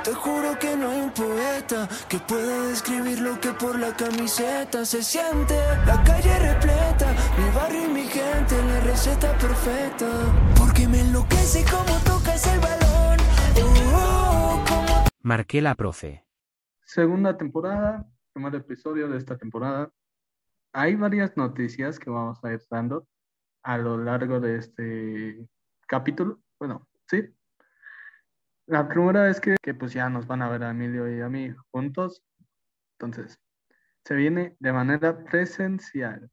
Te juro que no hay un poeta que pueda describir lo que por la camiseta se siente. La calle repleta, mi barrio y mi gente, la receta perfecta. Porque me enloquece como tocas el balón. Como... Marqué la profe. Segunda temporada, primer episodio de esta temporada. Hay varias noticias que vamos a ir dando a lo largo de este capítulo. Bueno, sí. La primera es que pues ya nos van a ver a Emilio y a mí juntos. Entonces, se viene de manera presencial.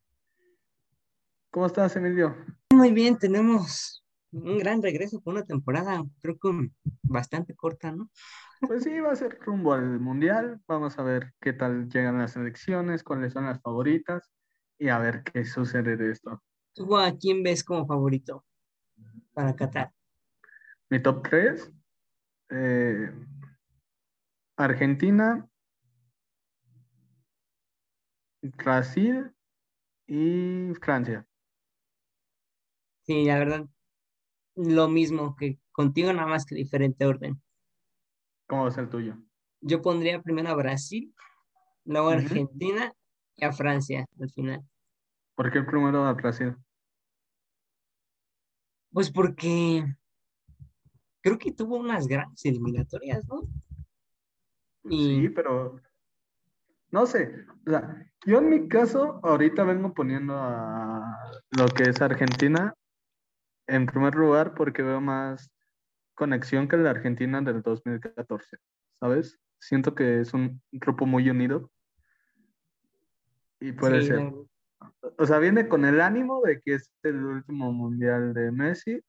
¿Cómo estás, Emilio? Muy bien, tenemos un gran regreso por una temporada, creo que bastante corta, ¿no? Pues sí, va a ser rumbo al Mundial. Vamos a ver qué tal llegan las elecciones, cuáles son las favoritas y a ver qué sucede de esto. ¿Tú a quién ves como favorito para Qatar? Mi top 3, Argentina, Brasil y Francia. Sí, la verdad, lo mismo que contigo, nada más que diferente orden. ¿Cómo va a ser el tuyo? Yo pondría primero a Brasil, luego a Ujú. Argentina y a Francia al final. ¿Por qué primero a Brasil? Pues porque creo que tuvo unas grandes eliminatorias, ¿no? Pues sí, Y pero no sé. O sea, yo en mi caso ahorita vengo poniendo a lo que es Argentina en primer lugar porque veo más conexión que la Argentina del 2014, ¿sabes? Siento que es un grupo muy unido y puede sí, la ser. verdad. O sea, viene con el ánimo de que es el último mundial de Messi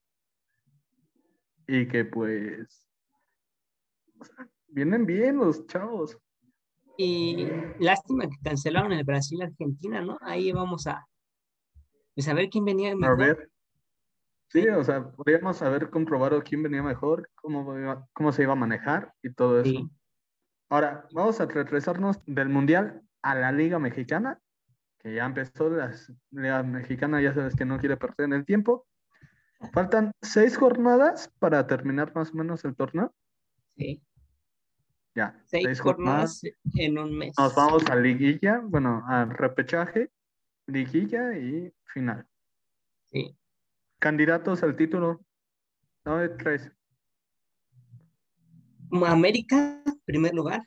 y que pues vienen bien los chavos. Y lástima que cancelaron el Brasil-Argentina, ¿no? Ahí vamos a, pues, a ver quién venía A mejor. ver, sí, Sí, o sea, podríamos haber comprobado quién venía mejor, cómo se iba a manejar y todo eso. sí. Ahora, vamos a regresarnos del mundial a la Liga Mexicana, que ya empezó la Liga Mexicana, ya sabes que no quiere perder en el tiempo. Faltan 6 jornadas para terminar más o menos el torneo. Sí. Ya, Seis 6 jornadas. jornadas en un Nos mes. vamos a liguilla, bueno, a repechaje, liguilla y final. Sí. Candidatos al título, no de 3, América, primer lugar.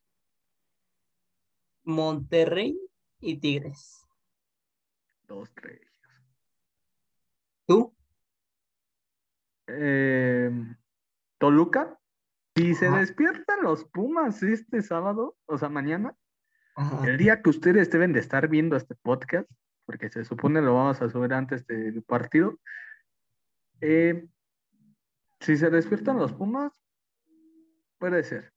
Monterrey y Tigres. 2, 3. ¿Tú? Toluca, si se Ajá. despiertan los Pumas este sábado, o sea, mañana, Ajá. el día que ustedes deben de estar viendo este podcast, porque se supone lo vamos a subir antes del partido, eh, si se despiertan los Pumas, puede ser.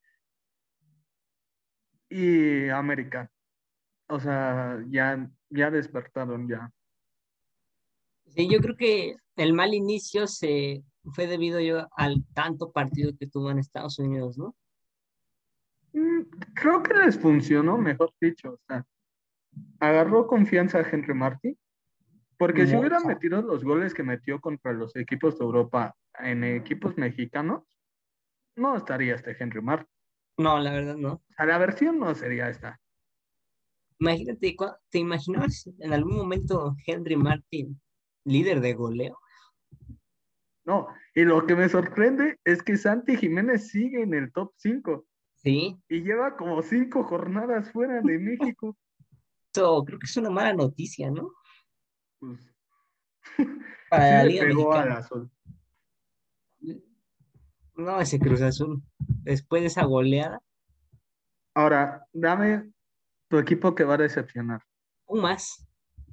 Y América, o sea, ya despertaron ya. Sí, yo creo que el mal inicio se fue debido yo al tanto partido que tuvo en Estados Unidos, ¿no? Mm, Creo que les funcionó, mejor dicho, o sea, agarró confianza a Henry Martin, porque si hubiera Mucha. metido los goles que metió contra los equipos de Europa en equipos mexicanos, no estaría este Henry Martin. No, la verdad no. O sea, la versión no sería esta. Imagínate, ¿te imaginabas en algún momento Henry Martin, líder de goleo? No, y lo que me sorprende es que Santi Jiménez sigue en el top 5 Sí, y lleva como 5 jornadas fuera de México. eso creo que es una mala noticia, ¿no? Pues Para sí la le Liga pegó al Mexicana. azul. No, ese Cruz Azul, después de esa goleada, Ahora, dame tu equipo que va a decepcionar. Pumas,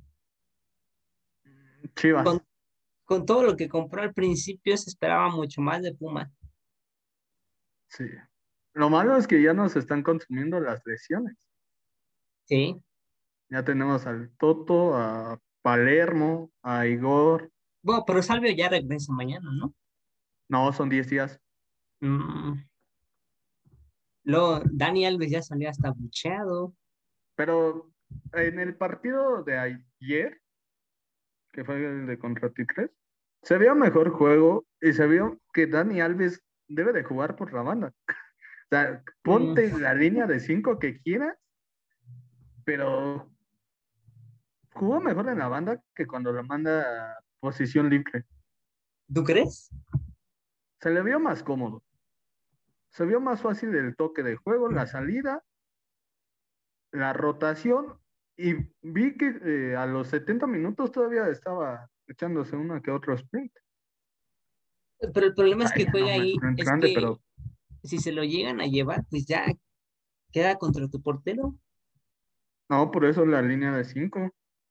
Chivas. con, con todo lo que compró al principio, se esperaba mucho más de Pumas. Sí. Lo malo es que ya nos están consumiendo las lesiones. Sí, Ya tenemos al Toto, a Palermo, a Igor. bueno, pero Salvio ya regresa mañana, ¿no? No, son 10 días. Mm, luego, Dani Alves ya salió hasta bucheado. Pero en el partido de ayer, que fue el de contra Tigres, se vio mejor juego y se vio que Dani Alves debe de jugar por la banda. sea, ponte la línea de 5 que quieras, pero jugó mejor en la banda que cuando la manda a posición libre. ¿Tú crees? Se le vio más cómodo. Se vio más fácil el toque de juego, la salida, la rotación, y vi que a los 70 minutos todavía estaba echándose una que otro sprint. Pero el problema es Ay, que no juega me ahí, sprint es grande, que pero si se lo llegan a llevar, pues ya queda contra tu portero. no, por eso la línea de 5.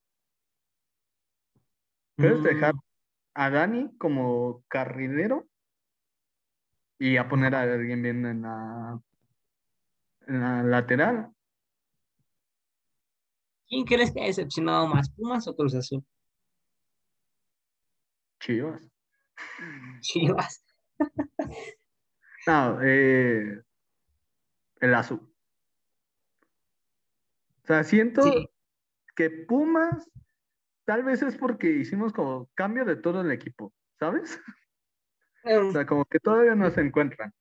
Puedes dejar Mm, a Dani como carrilero y a poner a alguien bien en la lateral. ¿Quién crees que ha decepcionado más, Pumas o Cruz Azul? Chivas. Chivas. No, el azul. O sea, Sí, siento que Pumas tal vez es porque hicimos como cambio de todo el equipo, ¿sabes? O sea, como que todavía no se encuentran.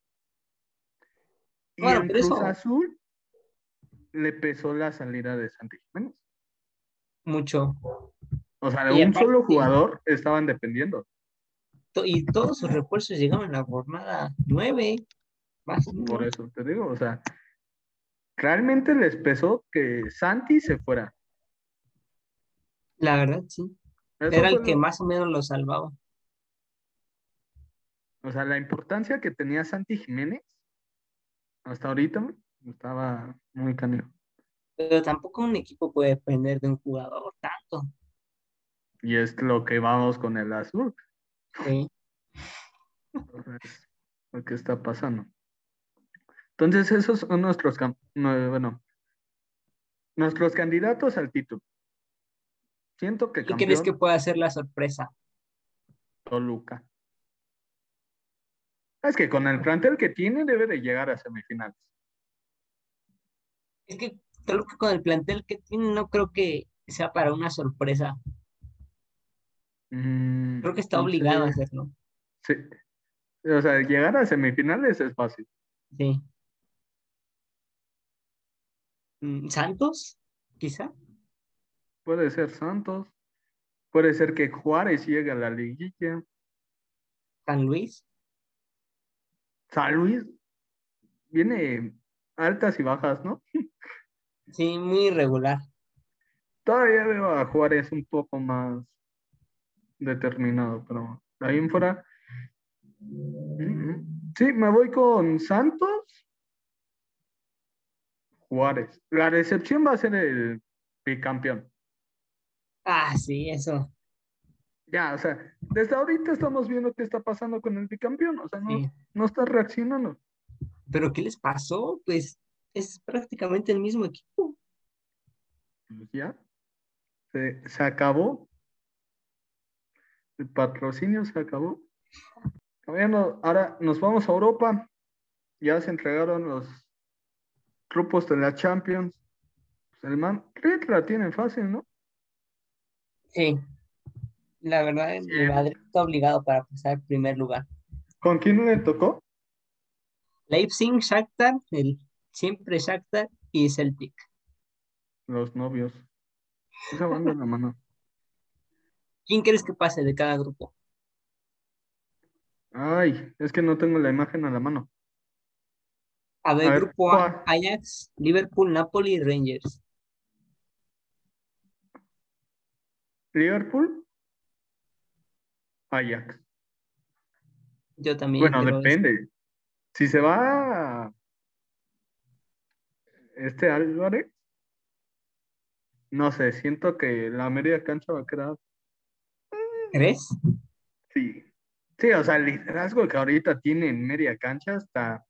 Y bueno, en pero Cruz eso Azul le pesó la salida de Santi Jiménez. mucho. O sea, de Y un solo aparte, jugador estaban dependiendo. y todos sus refuerzos llegaron en la jornada 9 más Por uno. eso te digo, o sea, realmente les pesó que Santi se fuera. La verdad, sí. Eso Era fue el que lo, más o menos lo salvaba. o sea, la importancia que tenía Santi Jiménez hasta ahorita estaba muy canijo. Pero tampoco un equipo puede depender de un jugador tanto. Y es lo que vamos con el azul. Sí. Entonces, lo que está pasando. Entonces, esos son bueno, nuestros candidatos al título. Siento que ¿Quién crees que campeón, pueda ser la sorpresa? Toluca. Es que con el plantel que tiene debe de llegar a semifinales. Es que creo que con el plantel que tiene no creo que sea para una sorpresa. Creo que está obligado a Entonces, hacerlo. sí. O sea, llegar a semifinales es fácil. Sí. ¿Santos? Quizá. Puede ser Santos, puede ser que Juárez llegue a la liguilla. ¿San Luis? San Luis viene altas y bajas, ¿no? Sí, muy irregular. Todavía veo a Juárez un poco más determinado, pero de ahí en fuera. Sí, me voy con Santos, Juárez. La decepción va a ser el bicampeón. Ah, sí, eso. Ya, o sea, desde ahorita estamos viendo qué está pasando con el bicampeón. O sea, no, Sí. no está reaccionando. ¿Pero qué les pasó? Pues es prácticamente el mismo equipo. Pues ya, se acabó. El patrocinio se acabó. Bueno, ahora nos vamos a Europa. Ya se entregaron los grupos de la Champions. Pues el Madrid la tiene fácil, ¿no? Sí, la verdad, el Eh, Madrid está obligado para pasar al primer lugar. ¿Con quién le tocó? Leipzig, Shakhtar, el siempre Shakhtar y Celtic. Los novios. Esa banda en la mano. ¿Quién crees que pase de cada grupo? Ay, es que no tengo la imagen a la mano. A A ver, ver, grupo A, ¿cuál? Ajax, Liverpool, Napoli y Rangers. ¿Liverpool? Ajax. Yo también, Bueno, pero depende. Si se va este Álvarez, no sé, siento que la media cancha va a quedar. ¿crees? Sí. Sí, o sea, el liderazgo que ahorita tiene en media cancha está.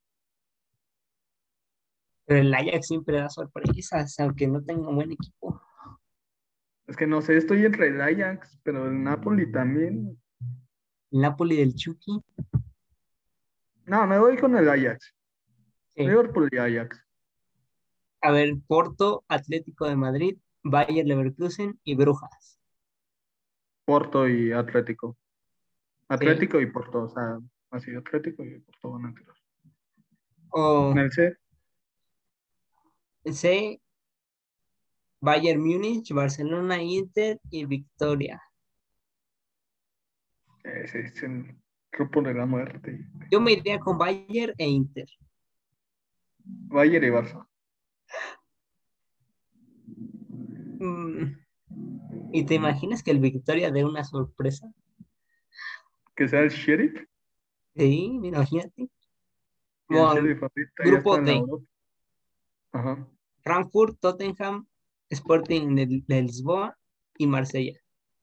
Pero el Ajax siempre da sorpresas, aunque no tenga un buen equipo. Es que no sé, estoy entre el Ajax, pero el Napoli también. El Napoli del Chucky, No, me voy con el Ajax. sí. Liverpool y Ajax. A ver, Porto, Atlético de Madrid, Bayer Leverkusen y Brujas. Porto y Atlético. Sí. Atlético y Porto, o sea, así Atlético y Porto van a tirar. O En el C, C, Bayern Múnich, Barcelona, Inter y Victoria. ese es el grupo de la muerte. Yo me iría con Bayern e Inter. Bayern y Barça. Mm, ¿Y te imaginas que el Victoria dé una sorpresa? Que sea el Sheriff. Sí, mira, imagínate. Y el Bueno, Sheriff ahorita ya está grupo en la D, Europa. Ajá. Frankfurt, Tottenham, Sporting de Lisboa y Marsella.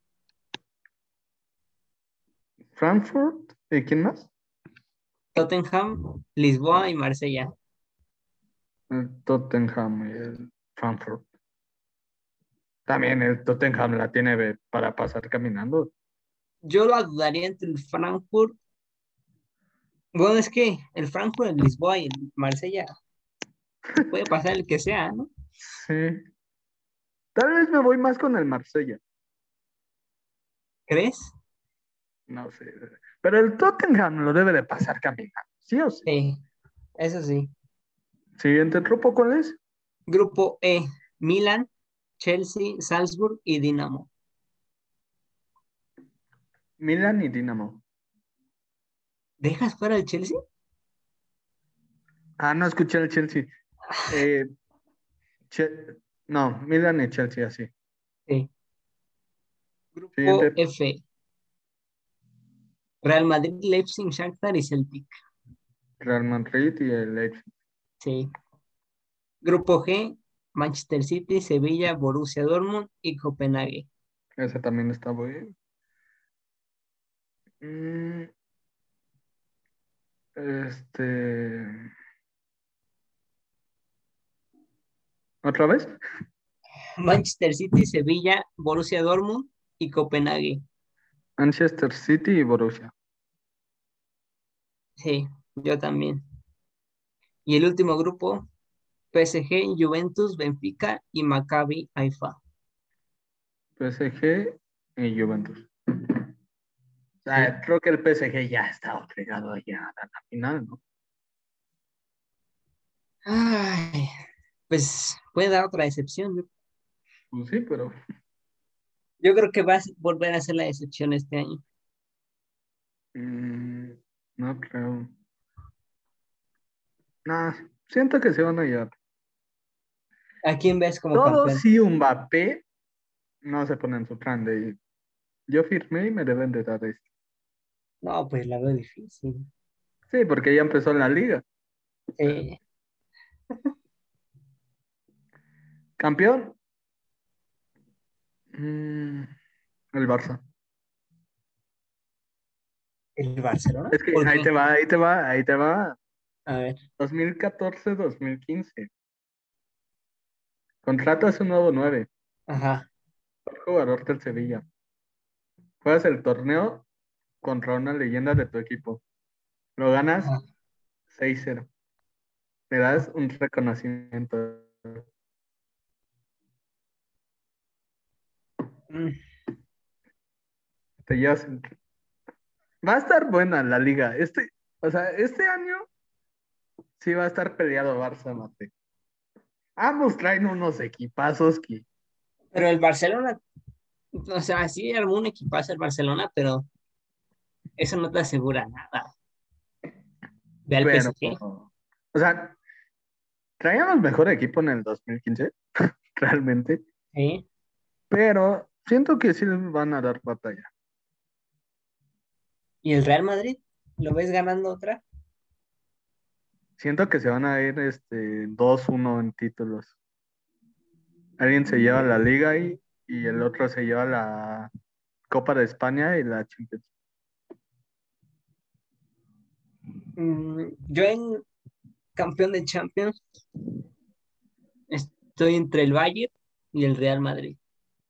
Frankfurt. ¿Y quién más? Tottenham, Lisboa y Marsella. El Tottenham y el Frankfurt. También el Tottenham la tiene para pasar caminando. Yo lo dudaría entre el Frankfurt. Bueno, es que el Frankfurt, el Lisboa y el Marsella puede pasar el que sea, ¿no? Sí. Tal vez me voy más con el Marsella. ¿Crees? No sé. Pero el Tottenham lo debe de pasar caminando. Sí o sí. Sí, eso sí. Siguiente grupo, ¿cuál es? Grupo E, Milan, Chelsea, Salzburg y Dinamo. Milan y Dinamo. ¿Dejas fuera el Chelsea? Ah, no escuché el Chelsea. Eh, no, Milan y Chelsea, así. Sí. Grupo Siguiente. F, Real Madrid, Leipzig, Shakhtar y Celtic. Real Madrid y el Leipzig. Sí. Grupo G, Manchester City, Sevilla, Borussia Dortmund y Copenhague. Ese también está bueno. Mm, este. ¿Otra vez? Manchester City, Sevilla, Borussia Dortmund y Copenhague. Manchester City y Borussia. Sí, yo también. Y el último grupo, PSG, Juventus, Benfica y Maccabi Haifa. PSG y Juventus. O Sí. sea, creo que el PSG ya está obligado ya a la final, ¿no? Ay, pues puede dar otra decepción. Pues sí, pero Yo creo que va a volver a ser la decepción este año. mm, no creo. Nah, siento que se van a llevar. ¿A quién ves como Todos campeón? sí Mbappé no se pone en su plan de yo firmé y me deben de dar esto. No, pues la veo difícil. Sí, porque ya empezó la liga. Eh, Campeón, mm, el Barça. ¿El Barcelona? Es que ¿Por ahí qué? te va, ahí te va, ahí te va. A ver. 2014-2015. Contratas un nuevo 9, Ajá. jugador del Sevilla. Juegas el torneo contra una leyenda de tu equipo. Lo ganas Ajá. 6-0. Le das un reconocimiento. Mm, Te llevas. Va a estar buena la liga. O sea, este año sí va a estar peleado Barça, Mate. Ambos traen unos equipazos que. Pero el Barcelona, o sea, sí armó un equipazo el Barcelona, pero eso no te asegura nada. Ve al Pero. PSG. O sea, traíamos mejor equipo en el 2015, realmente. Sí. Pero siento que sí les van a dar batalla. ¿Y el Real Madrid? ¿Lo ves ganando otra? Siento que se van a ir 2-1 en títulos. Alguien se lleva la Liga y el otro se lleva la Copa de España y la Champions. Yo en campeón de Champions estoy entre el Bayern y el Real Madrid.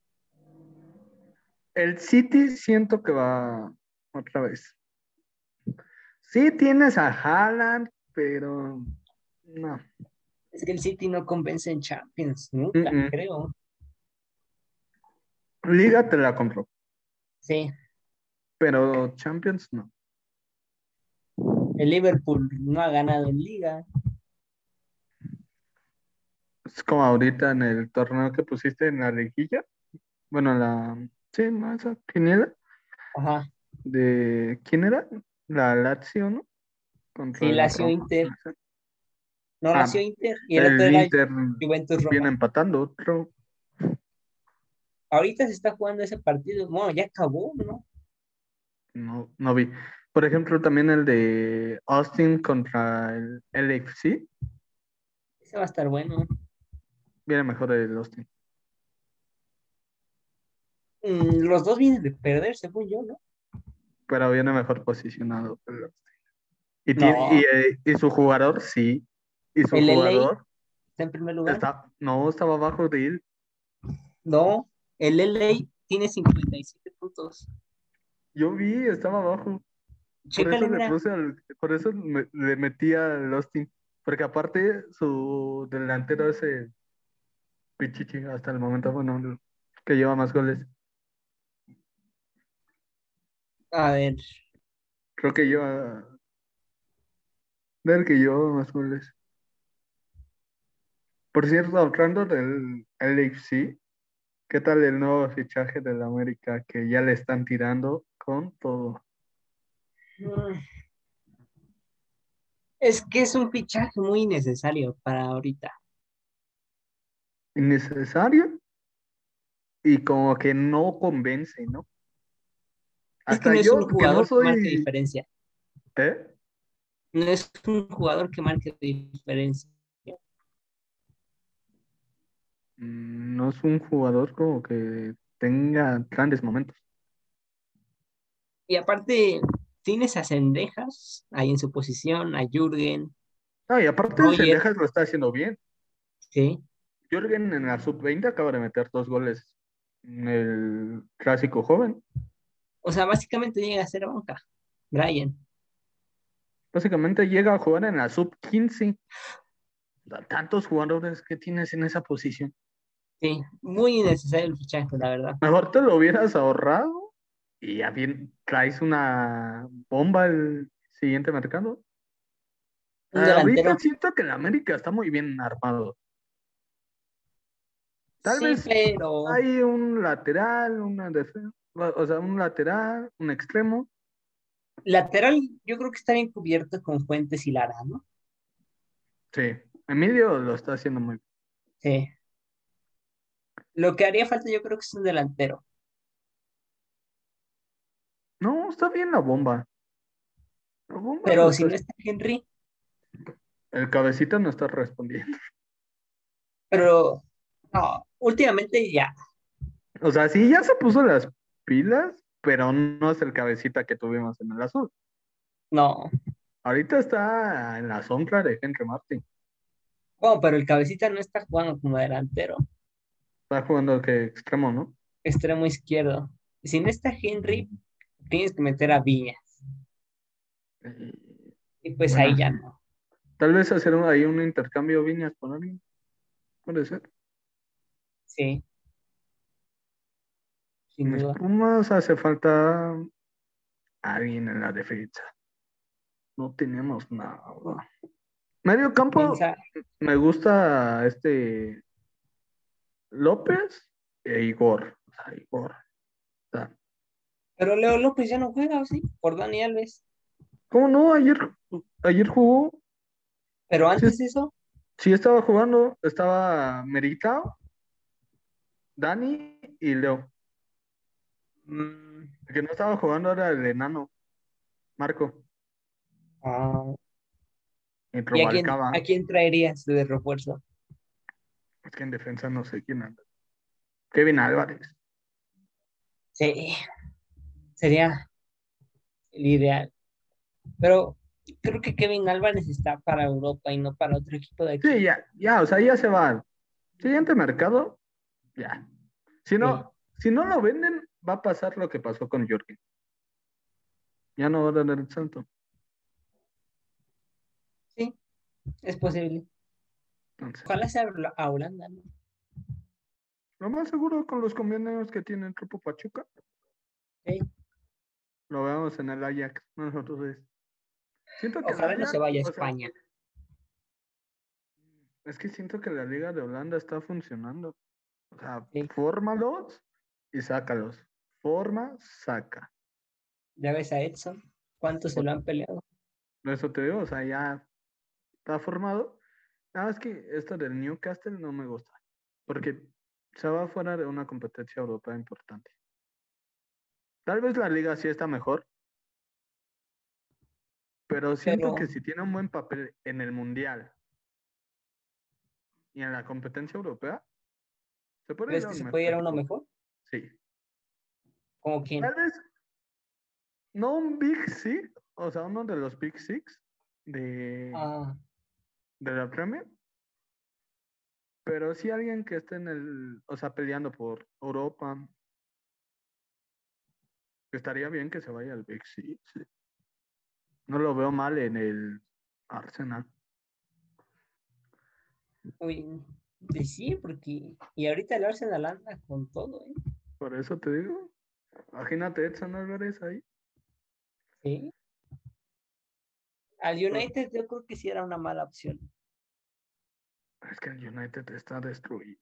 El City siento que va otra vez. Sí tienes a Haaland, pero no. Es que el City no convence en Champions, nunca, Mm-mm. creo. Liga te la compro, Sí, pero Champions no. el Liverpool no ha ganado en Liga. Es como ahorita en el torneo que pusiste en la liguilla. Bueno, sí, no, esa quiniela. Ajá. ¿De quién era? La Lazio, ¿no? Contra Sí, el Lazio Roma. Inter. No, Lazio Ah, Inter. Y el otro el era Inter Juventus viene Roma. empatando otro. Ahorita se está jugando ese partido. Bueno, ya acabó, ¿no? No, no vi. Por ejemplo, también el de Austin contra el LFC. Ese va a estar bueno. Viene mejor el Austin. Los dos vienen de perder, según yo, ¿no? Pero viene mejor posicionado el Austin. Y, tiene, No, y su jugador, sí. Y su el LA jugador está en primer lugar. no estaba abajo de él. No, el LA tiene 57 puntos. Yo vi, estaba abajo. Chécale, mira. Por eso le metí al Austin. Porque aparte su delantero es el Pichichi hasta el momento, bueno, el que lleva más goles. A ver, Creo que lleva, del que lleva más goles. Por cierto, hablando del LFC, ¿qué tal el nuevo fichaje del América que ya le están tirando con todo? mm, es que es un fichaje muy necesario para ahorita. Innecesario y como que no convence, ¿no? Es que Hasta no es un yo, que no jugador que marque soy, diferencia. ¿eh? No es un jugador que marque diferencia. No es un jugador como que tenga grandes momentos. Y aparte, tienes a Cendejas ahí en su posición, a Jürgen, No, y aparte Roger, Sendejas lo está haciendo bien. ¿sí? Jürgen en la sub-20 acaba de meter 2 goles en el clásico joven. O sea, básicamente llega a ser banca, Brian. Básicamente llega a jugar en la sub-15. Tantos jugadores que tienes en esa posición. Sí, muy innecesario el fichaje, la verdad. Mejor te lo hubieras ahorrado y ya bien traes una bomba al siguiente mercado. Un Ahorita delantero. siento que el América está muy bien armado. Tal Sí, vez pero hay un lateral, una defensa, o sea, un lateral, un extremo. lateral yo creo que está bien cubierto con Fuentes y Lara, ¿no? Sí, Emilio lo está haciendo muy bien. Sí. Lo que haría falta yo creo que es un delantero. No, está bien la bomba. La bomba lo Pero si está no haciendo. está Henry, El cabecita no está respondiendo. pero no, últimamente ya, O sea, sí, ya se puso las pilas, pero no es el cabecita que tuvimos en el azul. no. Ahorita está en la sombra de Henry Martin. Oh, pero el cabecita no está jugando como delantero, Está jugando que extremo, ¿no? extremo izquierdo. Si no está Henry, tienes que meter a Viña. Y, Y pues bueno, ahí ya no. tal vez hacer ahí un intercambio Viñas con alguien. Puede ser. Sí, sin En duda. Pumas hace falta alguien en la defensa. No tenemos nada. Medio campo, Piensa, me gusta López e Igor. O sea, Igor. O sea, pero Leo López ya no juega, ¿o sí? Por Dani Alves. ¿cómo no? Ayer jugó. Pero Sí, antes de eso, sí estaba jugando. Estaba Meritao, Dani y Leo. mm, El que no estaba jugando era el enano, Marco. ah, Y ¿y a Robalcaba. quién traerías de refuerzo? Es que en defensa no sé quién anda. Kevin Álvarez. Sí, sería el ideal. Pero creo que Kevin Álvarez está para Europa y no para otro equipo de Sí, aquí. ya, o sea, ya se va. Siguiente mercado, ya. Sí, Si no lo venden, va a pasar lo que pasó con Jürgen. Ya no va a dar el salto. sí, es posible. Entonces, Ojalá sea a Holanda, ¿no? lo más seguro con los convenios que tiene el Grupo Pachuca, Sí. lo veamos en el Ajax. Nosotros siento que el Ojalá no se Ajax, vaya a o sea, España. Es que siento que la Liga de Holanda está funcionando. O sea, Sí. fórmalos y sácalos. Forma, saca. Ya ves a Edson, ¿cuántos se Por lo han peleado? eso te digo, o sea, ya está formado. Nada más que esto del Newcastle no me gusta. Porque se va fuera de una competencia europea importante. Tal vez la liga sí está mejor, pero siento Pero, que si tiene un buen papel en el Mundial y en la competencia europea, se puede ir ¿crees a que un se mejor puede ir a uno equipo. mejor? Sí. ¿Como Tal quién? vez no un Big Six, o sea, uno de los Big Six de, Ah, de la Premier, pero sí alguien que esté en el, o sea, peleando por Europa. Estaría bien que se vaya al Big Six. Sí. No lo veo mal en el Arsenal. uy, pues sí, porque. Y ahorita el Arsenal anda con todo, ¿eh? Por eso te digo, imagínate Edson Álvarez ahí. Sí. Al United yo creo que sí era una mala opción. Es que el United está destruido.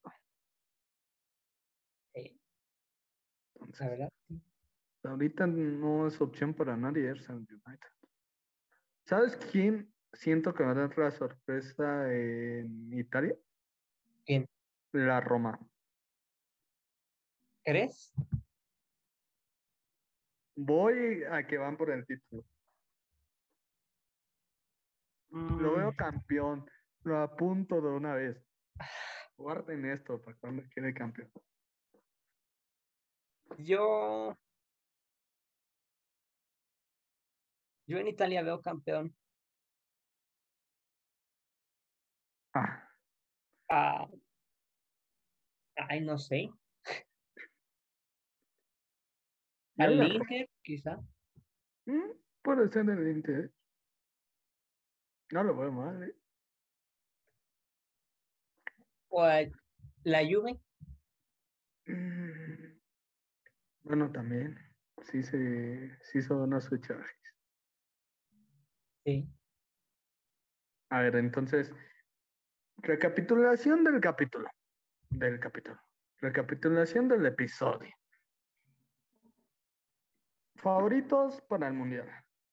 Sí, la Entonces, verdad. Sí. ahorita no es opción para nadie irse al United. ¿Sabes quién siento que va a dar la sorpresa en Italia? ¿Quién? La Roma. ¿Crees? Voy a que van por el título. Lo Mm, veo campeón. Lo apunto de una vez. Guarden esto para cuando quede campeón. yo, yo en Italia veo campeón Ah, a, ay, no sé, ya al la Inter, quizá, puede ser el Inter. No lo veo mal, ¿eh? o a la Juve. Mm, Bueno, también. Sí son unos fichajes. Sí. A ver, entonces, recapitulación del capítulo. Del capítulo. Recapitulación del episodio. Favoritos para el mundial.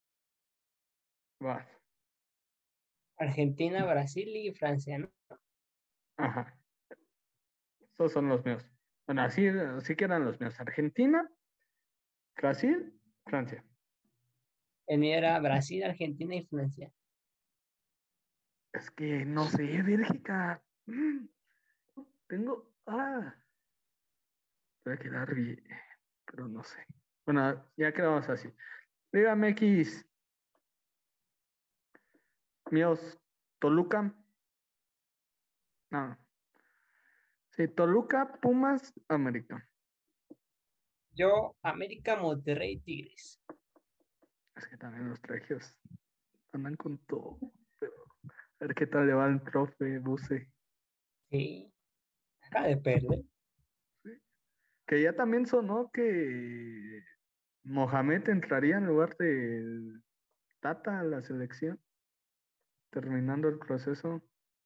Vas. Argentina, Brasil y Francia, ¿no? Ajá. Esos son los míos. Bueno, así quedan los míos. Argentina, Brasil, Francia. El mío era Brasil, Argentina y Francia. Es que no sé, Bélgica. Tengo. Voy a quedar bien, pero no sé. Bueno, ya quedamos así. Liga MX, míos, Toluca. No, sí, Toluca, Pumas, América. Yo, América, Monterrey, Tigres. Es que también los trajes andan con todo. Pero a ver qué tal le va al profe Buse. Sí, acaba de perder. Sí. Que ya también sonó que Mohamed entraría en lugar de Tata a la selección, terminando el proceso.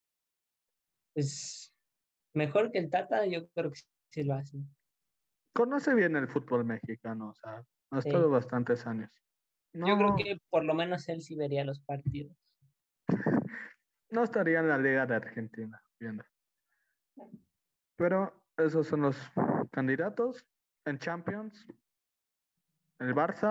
Pues mejor que el Tata, yo creo que sí lo hacen. Conoce bien el fútbol mexicano, o sea, ha estado Sí. bastantes años. Yo creo No, que por lo menos él sí vería los partidos. no estaría en la Liga de Argentina viendo. Pero esos son los candidatos en Champions. El Barça,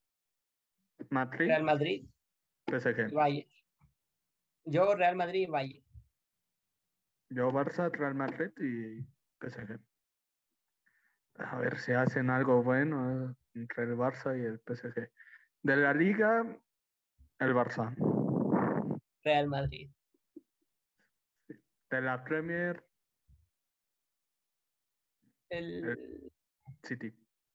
Real Madrid, Madrid y PSG. Bayern. Yo, Real Madrid y Bayern. Yo Barça, Real Madrid y PSG. A ver si hacen algo bueno entre el Barça y el PSG. De la Liga, el Barça. Real Madrid. De la Premier, el El, City.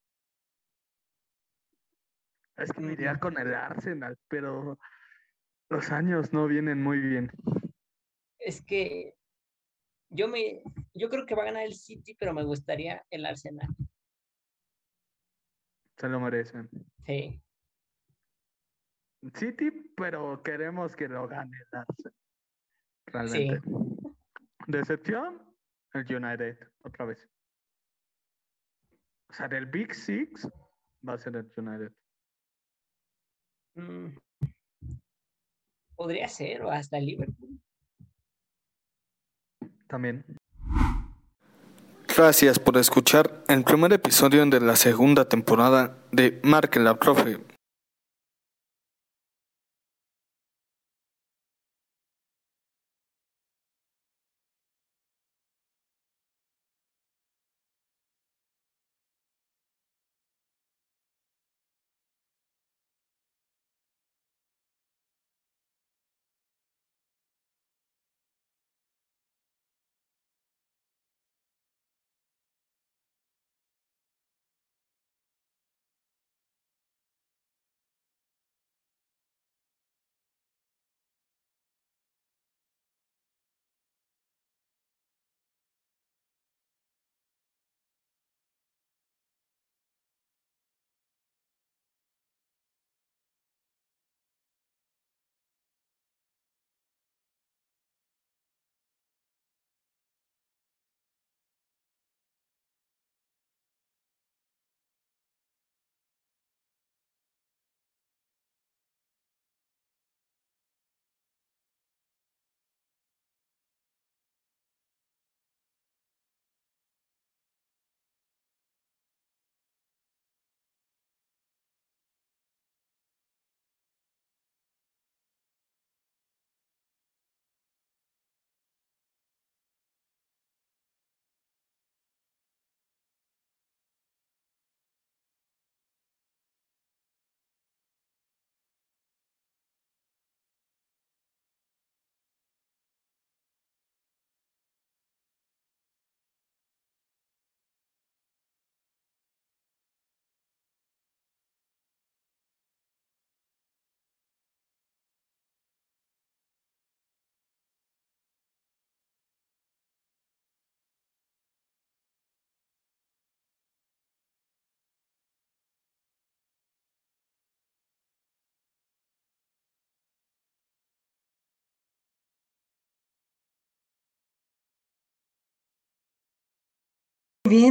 Es que me iría mm, con el Arsenal, pero los años no vienen muy bien. es que yo me, yo creo que va a ganar el City, pero me gustaría el Arsenal. Se lo merecen. Sí, City, pero queremos que lo gane el Arsenal. Realmente. sí. Decepción, el United, otra vez. O sea, del Big Six va a ser el United. Podría ser, o hasta el Liverpool. También. Gracias por escuchar el primer episodio de la segunda temporada de Márquenla, profe.